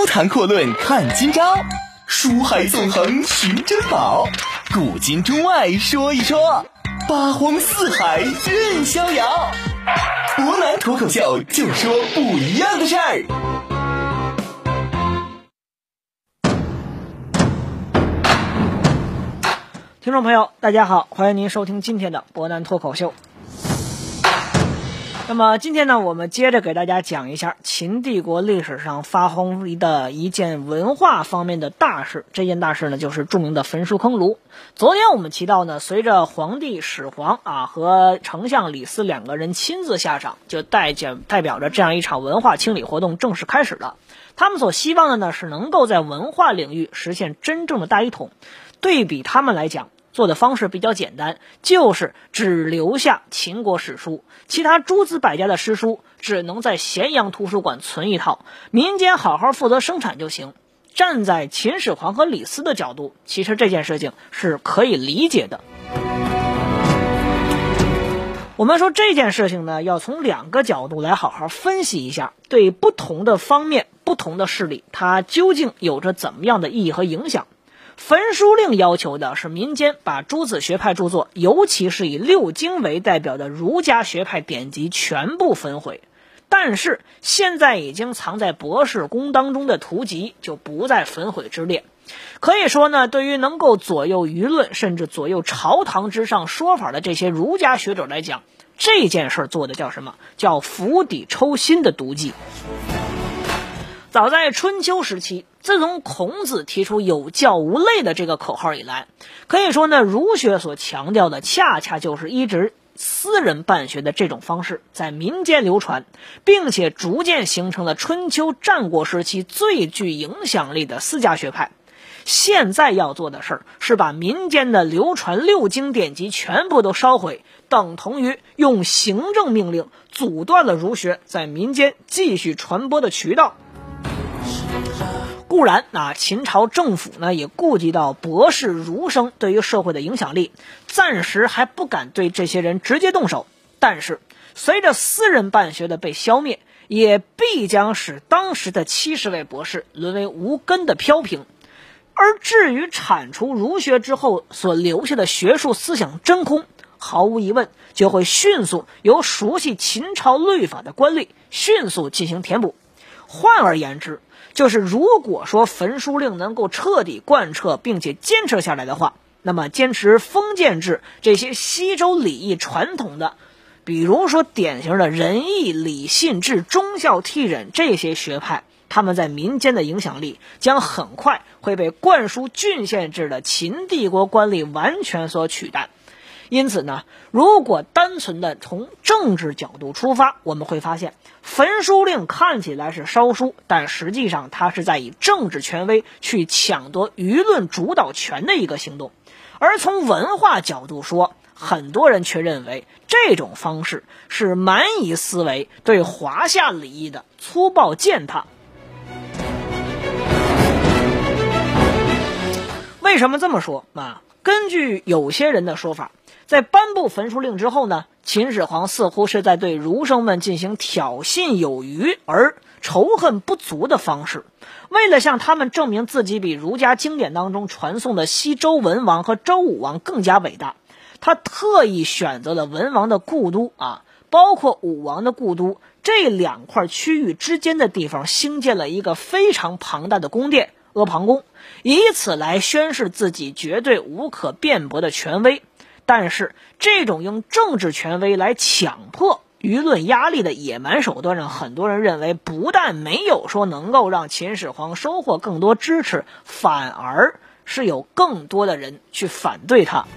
高谈阔论看今朝，书海纵横寻珍宝，古今中外说一说，八荒四海任逍遥。博南脱口秀，就说不一样的事儿。 听众朋友大家好，欢迎您收听今天的博南脱口秀。那么今天呢，我们接着给大家讲一下秦帝国历史上发生的一件文化方面的大事。这件大事呢，就是著名的焚书坑儒。昨天我们提到呢，随着皇帝始皇和丞相李斯两个人亲自下场，就代表着这样一场文化清理活动正式开始了。他们所希望的呢，是能够在文化领域实现真正的大一统。对比他们来讲，做的方式比较简单，就是只留下秦国史书，其他诸子百家的诗书只能在咸阳图书馆存一套，民间好好负责生产就行。站在秦始皇和李斯的角度，其实这件事情是可以理解的。我们说这件事情呢，要从两个角度来好好分析一下，对不同的方面、不同的势力，它究竟有着怎么样的意义和影响。焚书令要求的是民间把诸子学派著作，尤其是以六经为代表的儒家学派典籍全部焚毁。但是现在已经藏在博士宫当中的图籍就不在焚毁之列。可以说呢，对于能够左右舆论甚至左右朝堂之上说法的这些儒家学者来讲，这件事做的叫什么？叫釜底抽薪的毒计。早在春秋时期，自从孔子提出有教无类的这个口号以来，可以说呢，儒学所强调的恰恰就是一直私人办学的这种方式在民间流传，并且逐渐形成了春秋战国时期最具影响力的私家学派。现在要做的事儿是把民间的流传六经典籍全部都烧毁，等同于用行政命令阻断了儒学在民间继续传播的渠道。固然秦朝政府呢也顾及到博士儒生对于社会的影响力，暂时还不敢对这些人直接动手，但是随着私人办学的被消灭，也必将使当时的70位博士沦为无根的飘萍。而至于铲除儒学之后所留下的学术思想真空，毫无疑问就会迅速由熟悉秦朝律法的官吏迅速进行填补。换而言之，就是如果说焚书令能够彻底贯彻并且坚持下来的话，那么坚持封建制这些西周礼义传统的，比如说典型的仁义礼信制忠孝悌忍这些学派，他们在民间的影响力将很快会被灌输郡县制的秦帝国官吏完全所取代。因此呢，如果单纯的从政治角度出发，我们会发现焚书令看起来是烧书，但实际上它是在以政治权威去抢夺舆论主导权的一个行动。而从文化角度说，很多人却认为这种方式是蛮夷思维对华夏礼仪的粗暴践踏。为什么这么说根据有些人的说法，在颁布焚书令之后呢，秦始皇似乎是在对儒生们进行挑衅有余而仇恨不足的方式。为了向他们证明自己比儒家经典当中传颂的西周文王和周武王更加伟大，他特意选择了文王的故都包括武王的故都这两块区域之间的地方，兴建了一个非常庞大的宫殿阿房宫，以此来宣示自己绝对无可辩驳的权威。但是这种用政治权威来强迫舆论压力的野蛮手段，让很多人认为不但没有说能够让秦始皇收获更多支持，反而是有更多的人去反对他。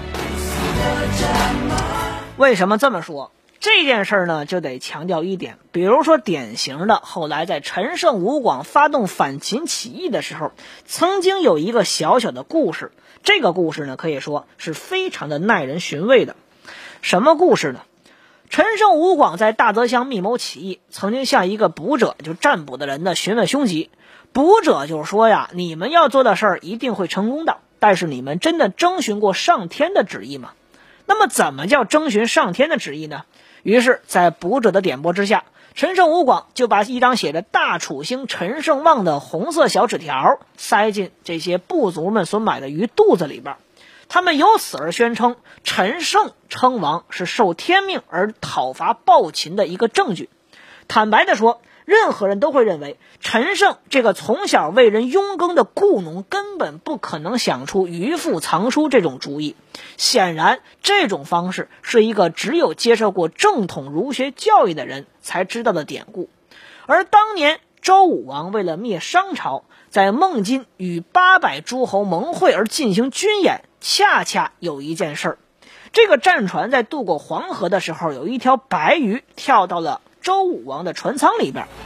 为什么这么说？这件事呢，就得强调一点，比如说典型的后来在陈胜吴广发动反秦起义的时候，曾经有一个小小的故事。这个故事呢，可以说是非常的耐人寻味的。什么故事呢？陈胜吴广在大泽乡密谋起义，曾经向一个卜者，就占卜的人呢询问凶吉。卜者就说你们要做的事儿一定会成功的，但是你们真的征询过上天的旨意吗？那么怎么叫征询上天的旨意呢？于是在卜者的点拨之下， 陈胜吴广就把一张写着大楚兴陈胜旺的红色小纸条塞进这些部族们所买的鱼肚子里边，他们由此而宣称陈胜称王是受天命而讨伐暴秦的一个证据。坦白地说，任何人都会认为陈胜这个从小为人拥耕的故农根本不可能想出鱼腹藏书这种主意。显然这种方式是一个只有接受过正统儒学教育的人才知道的典故。而当年周武王为了灭商朝，在孟津与800诸侯盟会而进行军演，恰恰有一件事儿，这个战船在渡过黄河的时候，有一条白鱼跳到了周武王的船舱里边。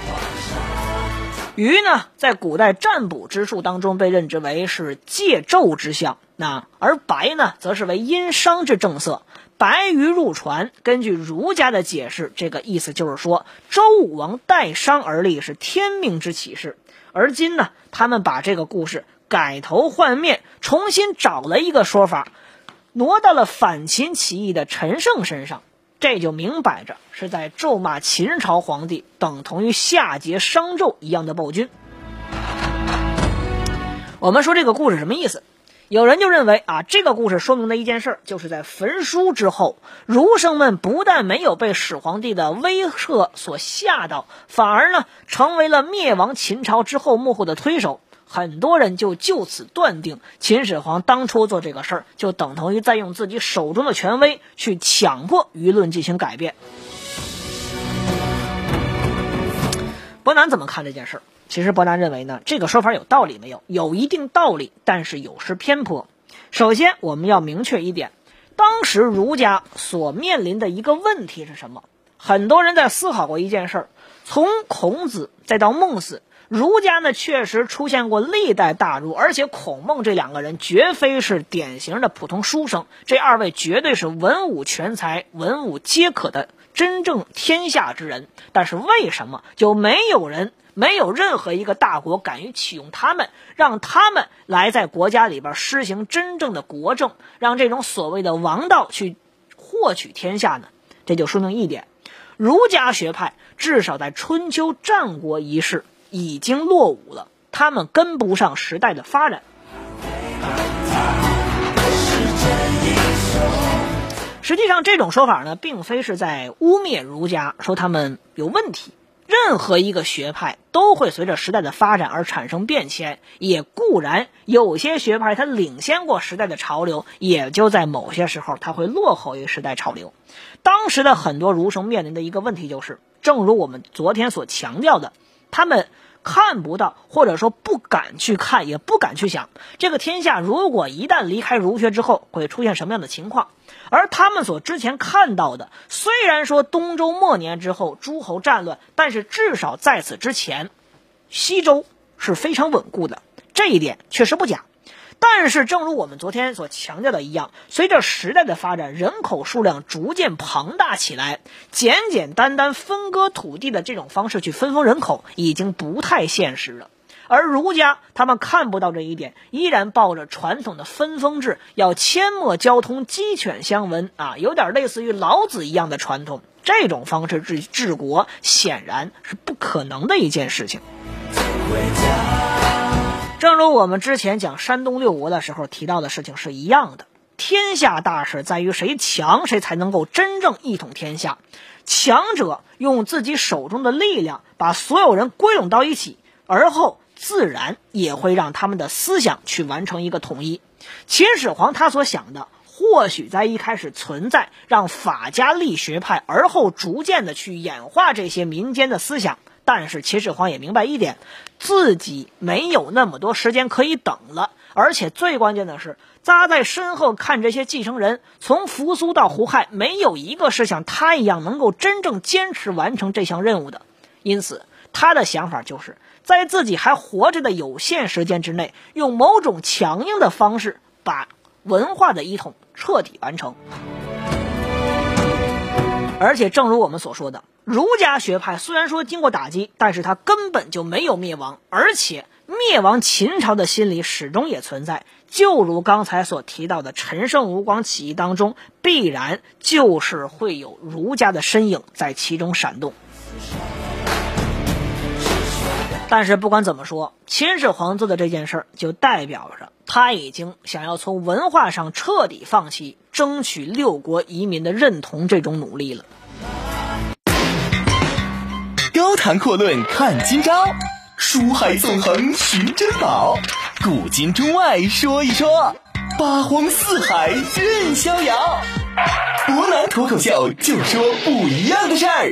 鱼呢，在古代占卜之术当中被认知为是借纣之象，而白呢，则是为因商之正色。白鱼入船，根据儒家的解释，这个意思就是说，周武王代商而立是天命之启示。而今呢，他们把这个故事改头换面，重新找了一个说法，挪到了反秦起义的陈胜身上。这就明摆着是在咒骂秦朝皇帝等同于夏桀商纣一样的暴君。我们说这个故事什么意思？有人就认为这个故事说明的一件事，就是在焚书之后，儒生们不但没有被始皇帝的威慑所吓到，反而呢成为了灭亡秦朝之后幕后的推手。很多人就此断定，秦始皇当初做这个事儿，就等同于在用自己手中的权威去强迫舆论进行改变。伯南怎么看这件事儿？其实伯南认为呢，这个说法有道理没有？有一定道理，但是有失偏颇。首先我们要明确一点，当时儒家所面临的一个问题是什么？很多人在思考过一件事儿，从孔子再到孟子，儒家呢确实出现过历代大儒，而且孔孟这两个人绝非是典型的普通书生，这二位绝对是文武全才，文武皆可的真正天下之人。但是为什么就没有任何一个大国敢于启用他们，让他们来在国家里边施行真正的国政，让这种所谓的王道去获取天下呢？这就说明一点，儒家学派至少在春秋战国一世已经落伍了，他们跟不上时代的发展。实际上这种说法呢，并非是在污蔑儒家，说他们有问题。任何一个学派都会随着时代的发展而产生变迁，也固然有些学派它领先过时代的潮流，也就在某些时候它会落后于时代潮流。当时的很多儒生面临的一个问题就是，正如我们昨天所强调的，他们看不到，或者说不敢去看，也不敢去想，这个天下如果一旦离开儒学之后会出现什么样的情况。而他们所之前看到的，虽然说东周末年之后诸侯战乱，但是至少在此之前，西周是非常稳固的，这一点确实不假。但是正如我们昨天所强调的一样，随着时代的发展，人口数量逐渐庞大起来，简简单单分割土地的这种方式去分封人口已经不太现实了。而儒家他们看不到这一点，依然抱着传统的分封制，要阡陌交通，鸡犬相闻有点类似于老子一样的传统。这种方式治国显然是不可能的一件事情。正如我们之前讲山东六国的时候提到的事情是一样的，天下大事在于谁强，谁才能够真正一统天下。强者用自己手中的力量把所有人归拢到一起，而后自然也会让他们的思想去完成一个统一。秦始皇他所想的或许在一开始存在让法家力学派，而后逐渐的去演化这些民间的思想，但是秦始皇也明白一点，自己没有那么多时间可以等了，而且最关键的是，扎在身后看这些继承人从扶苏到胡亥，没有一个是像他一样能够真正坚持完成这项任务的。因此他的想法就是在自己还活着的有限时间之内，用某种强硬的方式把文化的一统彻底完成。而且正如我们所说的，儒家学派虽然说经过打击，但是它根本就没有灭亡，而且灭亡秦朝的心理始终也存在。就如刚才所提到的陈胜吴广起义当中，必然就是会有儒家的身影在其中闪动。 但是不管怎么说，秦始皇做的这件事儿就代表着他已经想要从文化上彻底放弃争取六国移民的认同这种努力了。 高谈阔论看今朝，书海纵横寻珍宝，古今中外说一说，八荒四海任逍遥。博南脱口秀，就说不一样的事儿。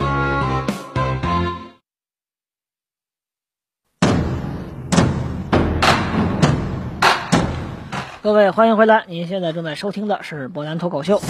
各位欢迎回来，您现在正在收听的是博南脱口秀。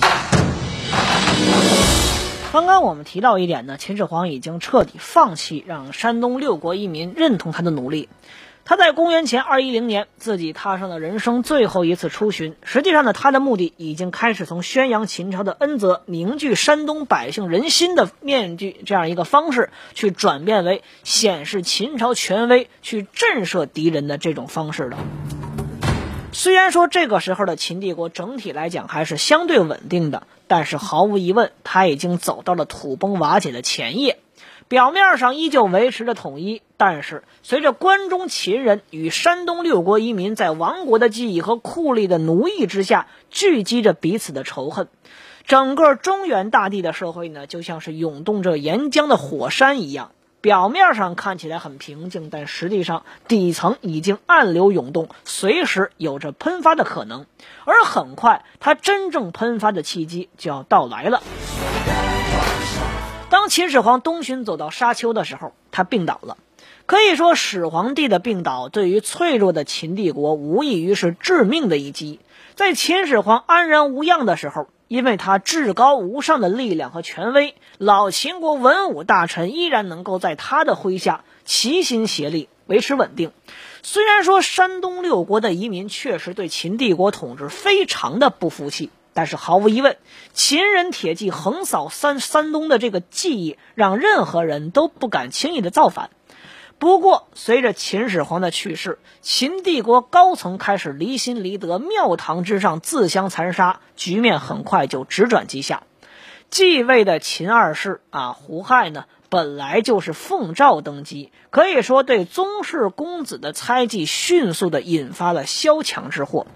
刚刚我们提到一点呢，秦始皇已经彻底放弃让山东六国移民认同他的努力。他在公元前210年自己踏上了人生最后一次出巡，实际上呢，他的目的已经开始从宣扬秦朝的恩泽、凝聚山东百姓人心的面具这样一个方式，去转变为显示秦朝权威、去震慑敌人的这种方式了。虽然说这个时候的秦帝国整体来讲还是相对稳定的，但是毫无疑问，他已经走到了土崩瓦解的前夜。表面上依旧维持着统一，但是随着关中秦人与山东六国移民在亡国的记忆和酷吏的奴役之下聚集着彼此的仇恨，整个中原大地的社会呢，就像是涌动着岩浆的火山一样，表面上看起来很平静，但实际上底层已经暗流涌动，随时有着喷发的可能。而很快它真正喷发的契机就要到来了。当秦始皇东巡走到沙丘的时候，他病倒了。可以说始皇帝的病倒对于脆弱的秦帝国无异于是致命的一击。在秦始皇安然无恙的时候，因为他至高无上的力量和权威，老秦国文武大臣依然能够在他的麾下齐心协力维持稳定。虽然说山东六国的移民确实对秦帝国统治非常的不服气，但是毫无疑问，秦人铁骑横扫山东的这个记忆，让任何人都不敢轻易的造反。不过随着秦始皇的去世，秦帝国高层开始离心离德，庙堂之上自相残杀，局面很快就直转急下。继位的秦二世胡亥呢，本来就是奉诏登基，可以说对宗室公子的猜忌迅速的引发了萧墙之祸。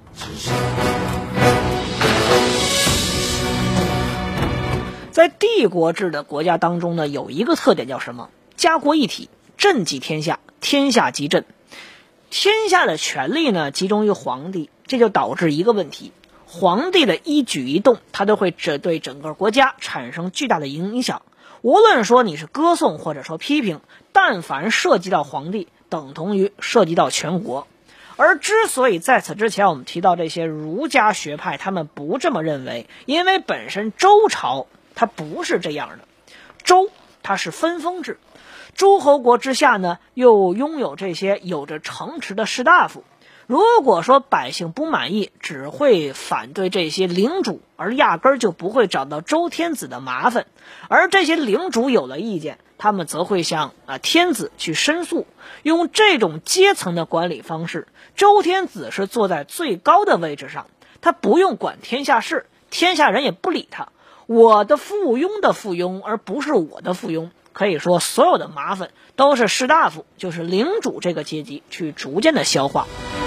在帝国制的国家当中呢，有一个特点叫什么？家国一体，朕即天下，天下即朕。天下的权力呢集中于皇帝，这就导致一个问题：皇帝的一举一动，他都会对整个国家产生巨大的影响。无论说你是歌颂或者说批评，但凡涉及到皇帝，等同于涉及到全国。而之所以在此之前我们提到这些儒家学派，他们不这么认为，因为本身周朝它不是这样的。周它是分封制，诸侯国之下呢，又拥有这些有着城池的士大夫。如果说百姓不满意，只会反对这些领主，而压根儿就不会找到周天子的麻烦。而这些领主有了意见，他们则会向天子去申诉。用这种阶层的管理方式，周天子是坐在最高的位置上，他不用管天下事，天下人也不理他。我的附庸的附庸，而不是我的附庸。可以说所有的麻烦都是士大夫，就是领主这个阶级去逐渐的消化。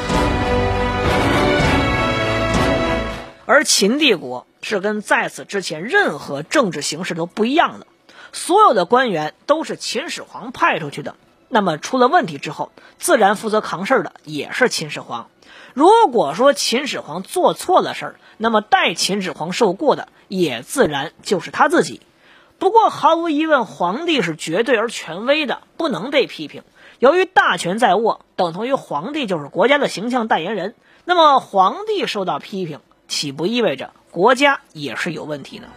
而秦帝国是跟在此之前任何政治形势都不一样的，所有的官员都是秦始皇派出去的，那么出了问题之后，自然负责扛事儿的也是秦始皇。如果说秦始皇做错了事儿，那么代秦始皇受过的也自然就是他自己。不过毫无疑问，皇帝是绝对而权威的，不能被批评。由于大权在握，等同于皇帝就是国家的形象代言人，那么皇帝受到批评，岂不意味着国家也是有问题呢？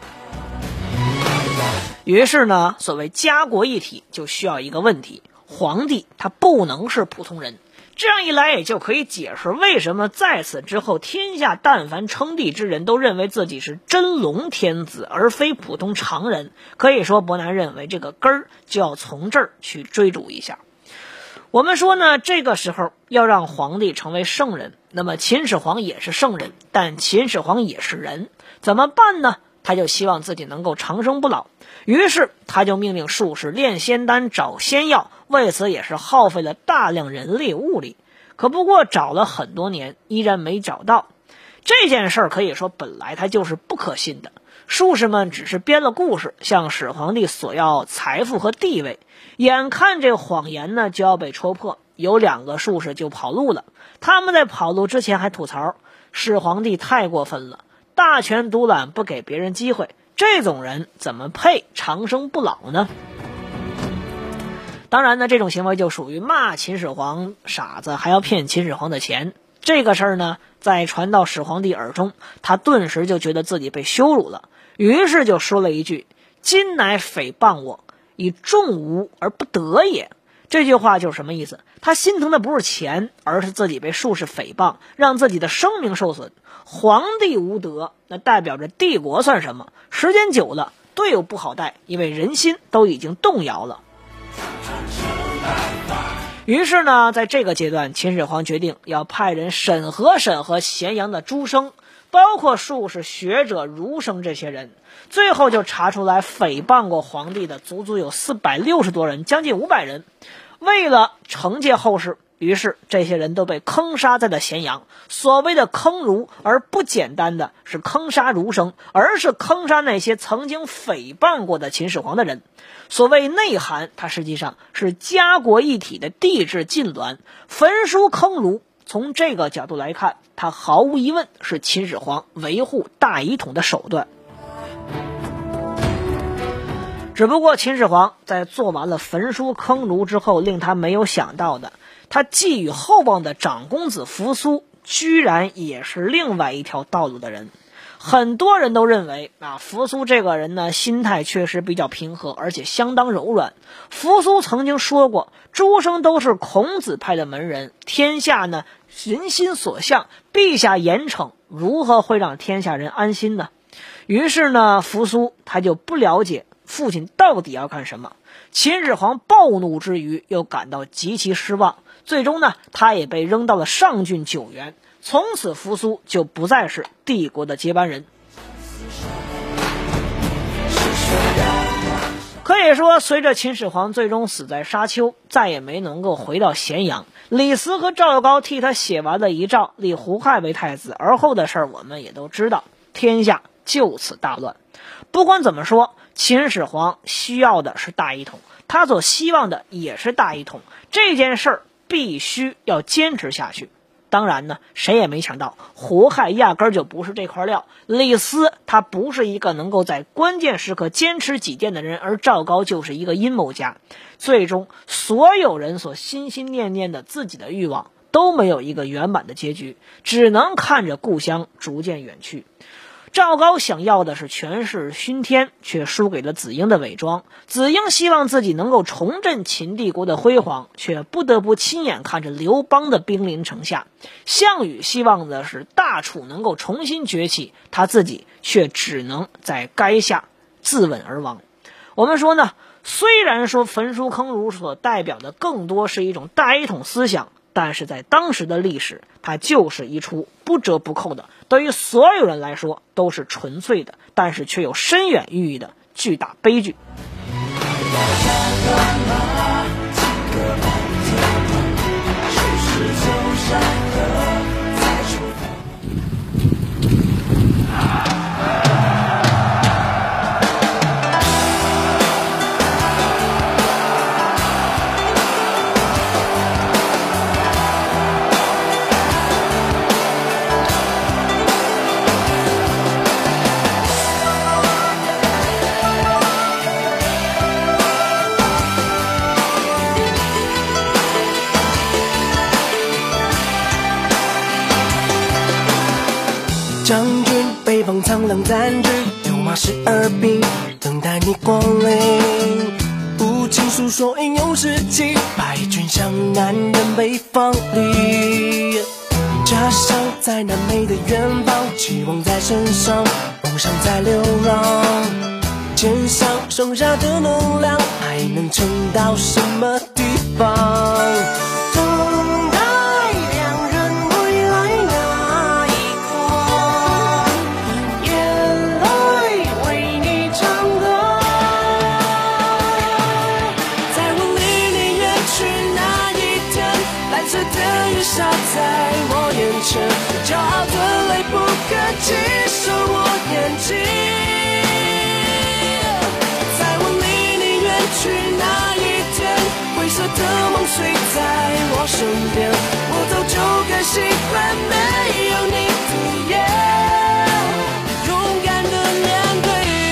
于是呢，所谓家国一体就需要一个问题：皇帝他不能是普通人。这样一来，也就可以解释为什么在此之后，天下但凡称帝之人都认为自己是真龙天子，而非普通常人。可以说，伯南认为这个根儿就要从这儿去追逐一下。我们说呢，这个时候要让皇帝成为圣人，那么秦始皇也是圣人，但秦始皇也是人，怎么办呢？ 他就希望自己能够长生不老，于是他就命令术士炼仙丹找仙药，为此也是耗费了大量人力物力。可不过找了很多年依然没找到。这件事可以说本来它就是不可信的，术士们只是编了故事，向始皇帝索要财富和地位。眼看这个谎言呢就要被戳破，有2个术士就跑路了。他们在跑路之前还吐槽始皇帝太过分了，大权独揽，不给别人机会，这种人怎么配长生不老呢？当然呢，这种行为就属于骂秦始皇傻子，还要骗秦始皇的钱。这个事儿呢，在传到始皇帝耳中，他顿时就觉得自己被羞辱了，于是就说了一句：“今乃诽谤我，以重吾而不得也。”这句话就是什么意思？他心疼的不是钱，而是自己被术士诽谤，让自己的生命受损。皇帝无德，那代表着帝国算什么？时间久了，队友不好带，因为人心都已经动摇了。于是呢，在这个阶段，秦始皇决定要派人审核咸阳的诸生，包括术士、学者、儒生这些人。最后就查出来诽谤过皇帝的足足有460多人，将近500人。为了惩戒后世，于是这些人都被坑杀在了咸阳。所谓的坑儒，而不简单的是坑杀儒生，而是坑杀那些曾经诽谤过的秦始皇的人。所谓内涵，它实际上是家国一体的帝制禁挛，焚书坑儒。从这个角度来看，它毫无疑问是秦始皇维护大一统的手段。只不过秦始皇在做完了焚书坑儒之后，令他没有想到的，他寄予厚望的长公子扶苏居然也是另外一条道路的人。很多人都认为扶苏这个人呢，心态确实比较平和，而且相当柔软。扶苏曾经说过，诸生都是孔子派的门人，天下呢人心所向，陛下严惩，如何会让天下人安心呢？于是呢，扶苏他就不了解父亲到底要干什么。秦始皇暴怒之余，又感到极其失望，最终呢，他也被扔到了上郡9原。从此扶苏就不再是帝国的接班人。可以说，随着秦始皇最终死在沙丘，再也没能够回到咸阳，李斯和赵高替他写完了遗诏，立胡亥为太子。而后的事儿我们也都知道，天下就此大乱。不管怎么说，秦始皇需要的是大一统，他所希望的也是大一统，这件事儿必须要坚持下去。当然呢，谁也没想到胡亥压根儿就不是这块料。李斯他不是一个能够在关键时刻坚持己见的人，而赵高就是一个阴谋家。最终所有人所心心念念的自己的欲望都没有一个圆满的结局，只能看着故乡逐渐远去。赵高想要的是权势熏天，却输给了子婴的伪装。子婴希望自己能够重振秦帝国的辉煌，却不得不亲眼看着刘邦的兵临城下。项羽希望的是大楚能够重新崛起，他自己却只能在垓下自刎而亡。我们说呢，虽然说焚书坑儒所代表的更多是一种大一统思想，但是在当时的历史，它就是一出不折不扣的，对于所有人来说都是纯粹的，但是却有深远寓意的巨大悲剧。 将军北方苍狼占据，有马12兵等待你光临。无情诉说英勇事迹，败军向南人北方里。家乡在南美的远方，期望在身上，梦想在流浪。肩上剩下的能量，还能撑到什么地方？ 睡在我身边，我早就该习惯没有你的夜，勇敢的面对。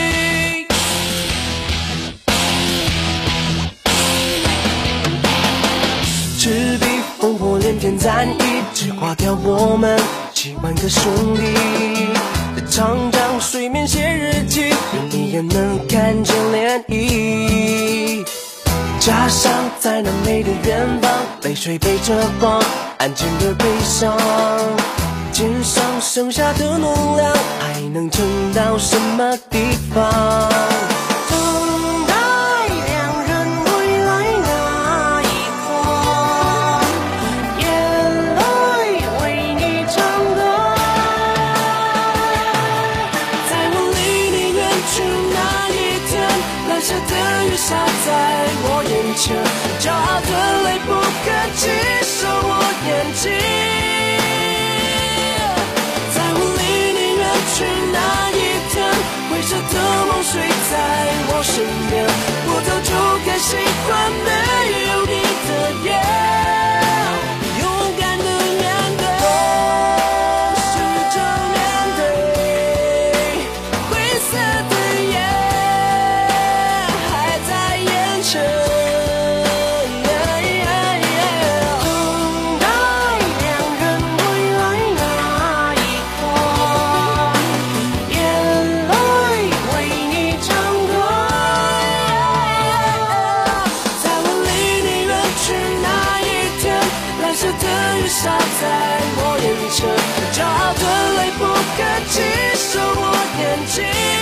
赤壁烽火连天战役，只划掉我们7万个兄弟。常常睡眠写日记，愿你也能看见涟漪。家乡在那美的远方，泪水背着光，安静的悲伤。肩上剩下的能量，还能撑到什么地方？等待两人归来那一刻，眼泪为你唱歌。在我离你远去那一天，蓝色的雨洒在我眼前，骄傲的泪不可及守我眼睛。在我离你远去那一天，灰色的梦睡在我身边，我早就该习惯没有你的夜，勇敢的面对，试着面对灰色的夜还在眼前。等待两人归来那一刻，眼泪为你唱歌。在我离你远去那一天，蓝色的雨洒在我眼前，骄傲的泪不可及守我眼睛。